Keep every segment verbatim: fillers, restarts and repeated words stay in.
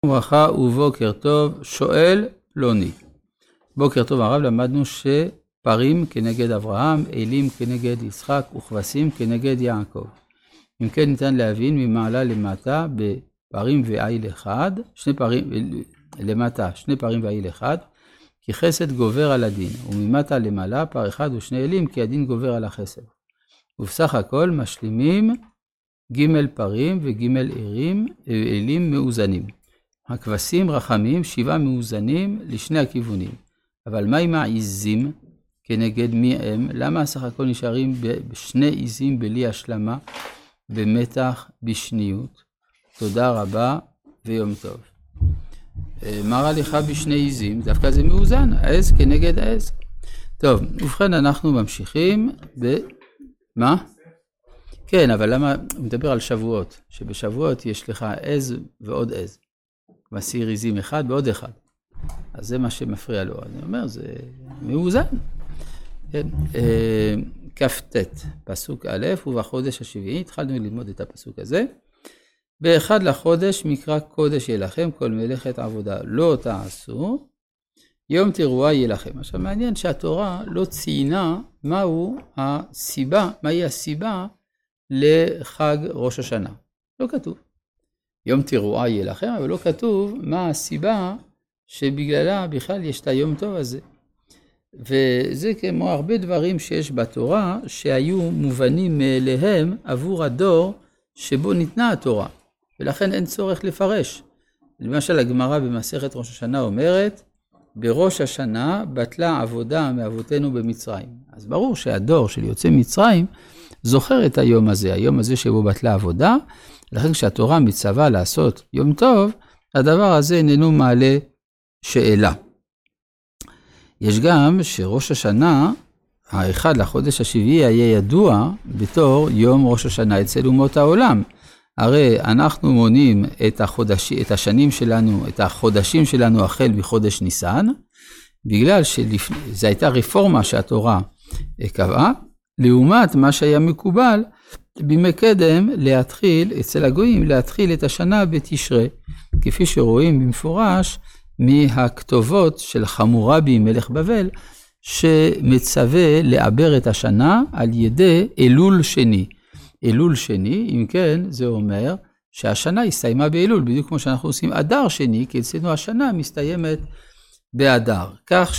ברכה ובוקר טוב, שואל פלוני. בוקר טוב הרב, למדנו שפרים כנגד אברהם, אלים כנגד יצחק וכבשים כנגד יעקב. אם כן ניתן להבין ממעלה למטה בפרים ואיל אחד, שני פרים למטה, שני פרים ואיל אחד, כי חסד גובר על הדין, וממטה למעלה פר אחד ושני אלים, כי הדין גובר על החסד. ובסך הכל משלימים ג' פרים וג' אלים, אלים מאוזנים. הכבשים רחמים, שבעה מאוזנים לשני הכיוונים. אבל מה עם העיזים כנגד מי הם? למה סך הכל נשארים בשני עיזים בלי השלמה, במתח, בשניות? תודה רבה ויום טוב. מה רע לך בשני עיזים? דווקא זה מאוזן, עז כנגד עז. טוב, ובכן אנחנו ממשיכים ב... מה? כן, אבל למה? הוא מדבר על שבועות, שבשבועות יש לך עז ועוד עז. מסיר עיזים אחד ועוד אחד. אז זה מה שמפריע לו. אני אומר, זה מאוזן. כן. כ"ט, פסוק א', ובחודש השביעי, התחלנו ללמוד את הפסוק הזה. באחד לחודש מקרא קודש יהיה לכם, כל מלאכת עבודה לא תעשו, יום תרועה יהיה לכם. עכשיו מעניין שהתורה לא ציינה מהו הסיבה, מהי הסיבה לחג ראש השנה. לא כתוב. יום תרועה יהיה לכם, אבל לא כתוב מה הסיבה שבגללה בכלל יש את היום טוב הזה. וזה כמו הרבה דברים שיש בתורה שהיו מובנים מאליהם עבור הדור שבו ניתנה התורה. ולכן אין צורך לפרש. למשל הגמרא במסכת ראש השנה אומרת, בראש השנה בטלה עבודה מאבותינו במצרים. אז ברור שהדור של יוצא מצרים זוכר את היום הזה, היום הזה שבו בטלה עבודה, לכן כשהתורה מצווה לעשות יום טוב, הדבר הזה איננו מעלה שאלה. יש גם שראש השנה, האחד לחודש השביעי היה ידוע בתור יום ראש השנה אצל אומות העולם. הרי אנחנו מונים את, החודש, את השנים שלנו, את החודשים שלנו החל מחודש ניסן, בגלל שזו הייתה רפורמה שהתורה קבעה, לעומת מה שהיה מקובל, בימי קדם להתחיל, אצל הגויים, להתחיל את השנה בתשרי, כפי שרואים במפורש מהכתובות של חמורבי מלך בבל, שמצווה לעבר את השנה על ידי אלול שני. אלול שני, אם כן, זה אומר שהשנה הסתיימה באלול, בדיוק כמו שאנחנו עושים אדר שני, כי אצלנו השנה מסתיימת באדר. כך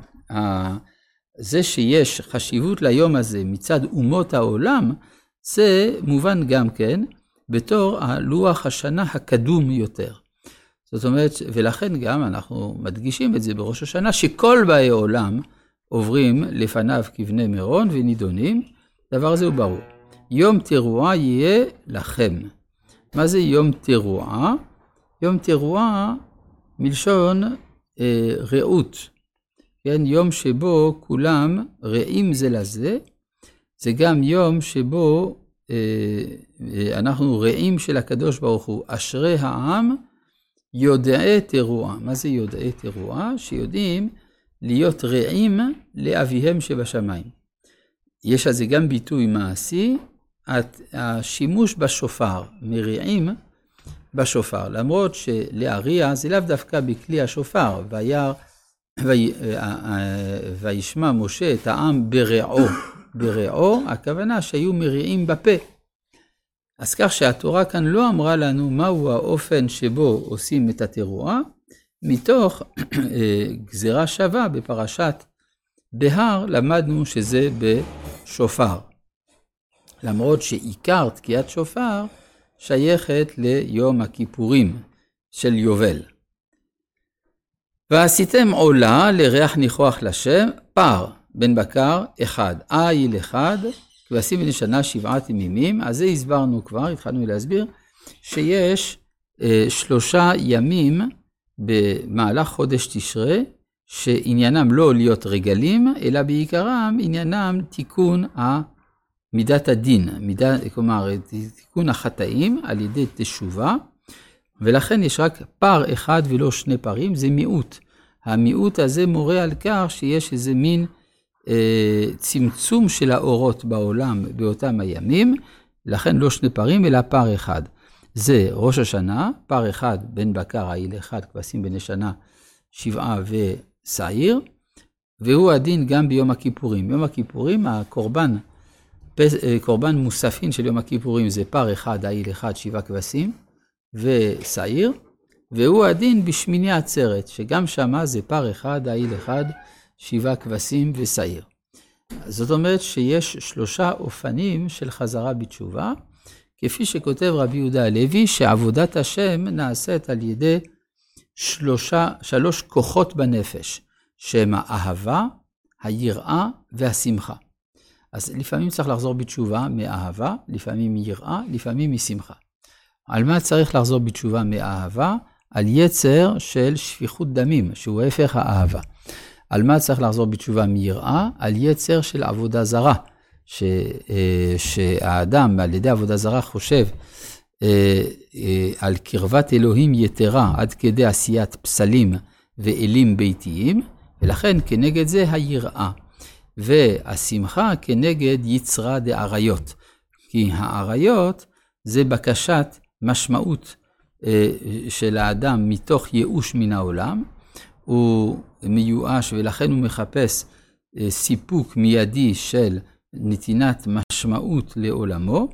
שזה שיש חשיבות ליום הזה מצד אומות העולם, זה מובן גם כן בתור הלוח השנה הקדום יותר. זאת אומרת, ולכן גם אנחנו מדגישים את זה בראש השנה, שכל באי עולם עוברים לפניו כבני מירון ונידונים, דבר זה הוא ברור. יום תרועה יהיה לכם. מה זה יום תרועה? יום תרועה מלשון אה, רעות. כן, יום שבו כולם רעים זה לזה, זה גם יום שבו אה, אה, אנחנו רעים של הקדוש ברוך הוא. אשרי העם יודעי תרועה. מה זה יודעי תרועה? שיודעים להיות רעים לאביהם שבשמיים. יש על זה גם ביטוי מעשי, השימוש בשופר, מריעים בשופר, למרות שלהריע זה לאו דווקא בכלי השופר, והיה, וישמע משה את העם ברעו, ברעו, הכוונה שהיו מריעים בפה. אז כך שהתורה כאן לא אמרה לנו מהו האופן שבו עושים את התרועה, מתוך גזירה שווה בפרשת בהר למדנו שזה בשופר. למרות שעיקר תקיעת שופר שייכת ליום הכיפורים של יובל. ועשיתם עולה לריח ניחוח לשם, פר בן בקר אחד, איל אחד, כבשים בני שנה שבעת ימים. אז זה הסברנו כבר, התחלנו להסביר, שיש אה, שלושה ימים במהלך חודש תשרי, שעניינם לא להיות רגלים, אלא בעיקרם עניינם תיקון מידת הדין, מידה, כלומר תיקון החטאים על ידי תשובה, ולכן יש רק פר אחד ולא שני פרים, זה מיעוט. המיעוט הזה מורה על כך שיש איזה מין אה, צמצום של האורות בעולם באותם הימים, לכן לא שני פרים אלא פר אחד. זה ראש השנה, פר אחד בן בקר, העיל אחד, כבשים בני שנה, שבעה ושעיר, והוא הדין גם ביום הכיפורים. ביום הכיפורים, הקורבן, קורבן מוספין של יום הכיפורים, זה פר אחד, העיל אחד, שבעה כבשים ושעיר, והוא הדין בשמיני עצרת, שגם שמה זה פר אחד, העיל אחד, שבעה כבשים ושעיר. זאת אומרת שיש שלושה אופנים של חזרה בתשובה, כפי שכותב רבי יהודה הלוי, שעבודת השם נעשית על ידי שלושה, שלוש כוחות בנפש, שהם האהבה, היראה והשמחה. אז לפעמים צריך לחזור בתשובה מאהבה, לפעמים מיראה, לפעמים משמחה. על מה צריך לחזור בתשובה מאהבה? על יצר של שפיכות דמים, שהוא הפך האהבה. על מה צריך לחזור בתשובה מיראה? על יצר של עבודה זרה, ש, שהאדם על ידי עבודה זרה חושב על קרבת אלוהים יתרה עד כדי עשיית פסלים ואלים ביתיים, ולכן כנגד זה היראה. והשמחה כנגד יצרה דעריות, כי העריות זה בקשת משמעות של האדם מתוך ייאוש מן העולם, הוא מיואש ולכן הוא מחפש סיפוק מיידי של נתינת משמעות לעולמו,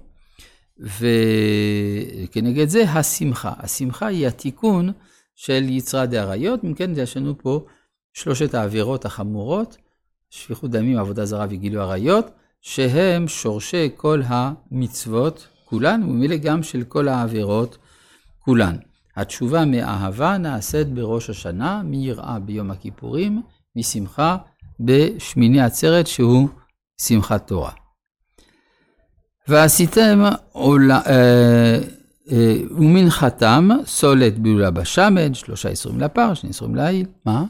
וכנגד זה השמחה. השמחה היא התיקון של יצרה דעריות, מכן יש לנו פה שלושת העבירות החמורות, שפיכות דמים, עבודה זרה וגילוי עריות, שהם שורשי כל המצוות כולן, ומילא גם של כל העבירות כולן. התשובה מאהבה נעשית בראש השנה, מיראה ביום הכיפורים, משמחה בשמיני עצרת שהוא שמחת תורה. ועשיתם עולה, אה, אה, ומנחתם סולת בלולה בשמן, שלושה עשרים לפר, שני עשרים לעיל. מה?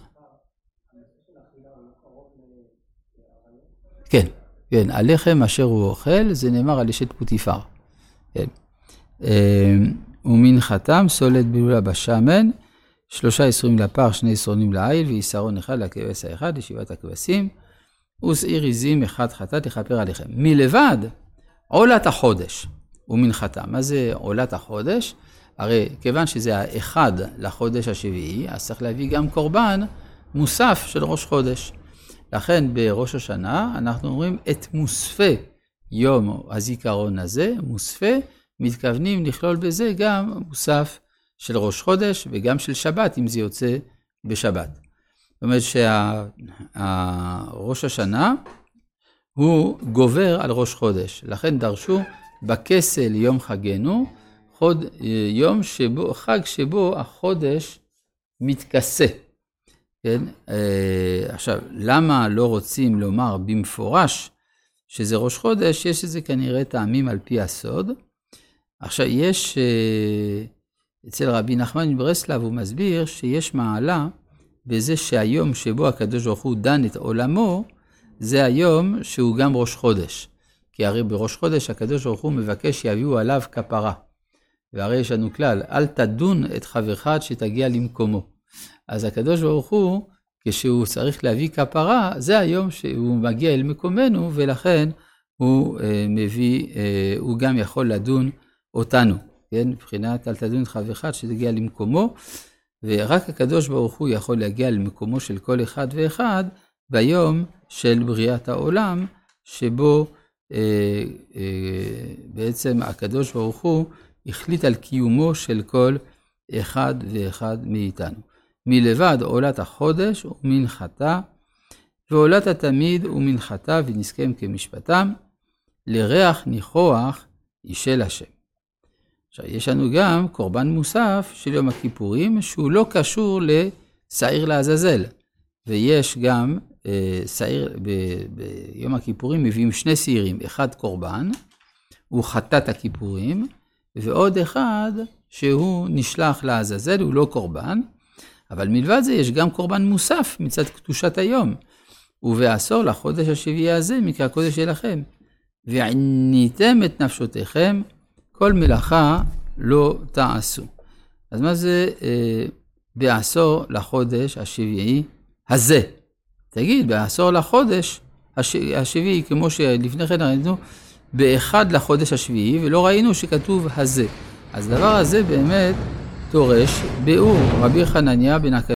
כן, כן, הלחם אשר הוא אוכל, זה נאמר על אשת פוטיפר. כן. אה, ומנחתם סולת בלולה בשמן, שלושה עשרים לפר, שני עשרים לעיל, ויסרון אחד לכבש האחד, לשבעת הכבשים, ושעיר עזים אחד חטאת לכפר עליכם. מלבד עולת החודש ומנחתם. מה זה עולת החודש? הרי כיוון שזה האחד לחודש השביעי, אז צריך להביא גם קורבן מוסף של ראש חודש. לכן בראש השנה אנחנו אומרים את מוספה יום הזיכרון הזה, מוספה, מתכוונים לכלול בזה גם מוסף של ראש חודש וגם של שבת, אם זה יוצא בשבת. זאת אומרת שראש השנה הוא גובר על ראש חודש. לכן דרשו בכסל יום חגנו, חוד, יום שבו, חג שבו החודש מתכסה. כן? עכשיו, למה לא רוצים לומר במפורש שזה ראש חודש? יש איזה כנראה טעמים על פי הסוד. עכשיו, יש, אצל רבי נחמן מברסלב הוא מסביר שיש מעלה בזה שהיום שבו הקדוש ברוך הוא דן את עולמו, זה היום שהוא גם ראש חודש. כי הרי בראש חודש הקדוש ברוך הוא מבקש שיביאו עליו כפרה. והרי יש לנו כלל, אל תדון את חברך עד שתגיע למקומו. אז הקדוש ברוך הוא, כשהוא צריך להביא כפרה, זה היום שהוא מגיע אל מקומנו, ולכן הוא אה, מביא, אה, הוא גם יכול לדון אותנו. כן? מבחינת אל תדון את חברך עד שתגיע למקומו, ורק הקדוש ברוך הוא יכול להגיע למקומו של כל אחד ואחד, ביום של בריאת העולם, שבו אה, אה, בעצם הקדוש ברוך הוא החליט על קיומו של כל אחד ואחד מאיתנו. מלבד עולת החודש ומנחתה, ועולת התמיד ומנחתה ונזכם כמשפטם, לריח ניחוח ישל השם. עכשיו, יש לנו גם קורבן מוסף של יום הכיפורים, שהוא לא קשור לשעיר לעזאזל. ויש גם אה, שעיר, ב, ביום הכיפורים מביאים שני שעירים, אחד קורבן, הוא חטאת הכיפורים, ועוד אחד שהוא נשלח לעזאזל, הוא לא קורבן, אבל מלבד זה יש גם קורבן מוסף מצד קדושת היום, ובעשור לחודש השביעי הזה מקרא קודש שלכם, ועניתם את נפשותיכם, כל מלאכה לא תעשו. אז מה זה אה, בעשור לחודש השביעי הזה? תגיד, בעשור לחודש הש... השביעי, כמו שלפני כן ראינו, באחד לחודש השביעי, ולא ראינו שכתוב הזה. אז הדבר הזה באמת דורש ביאור. רבי חנניה בן עקשיא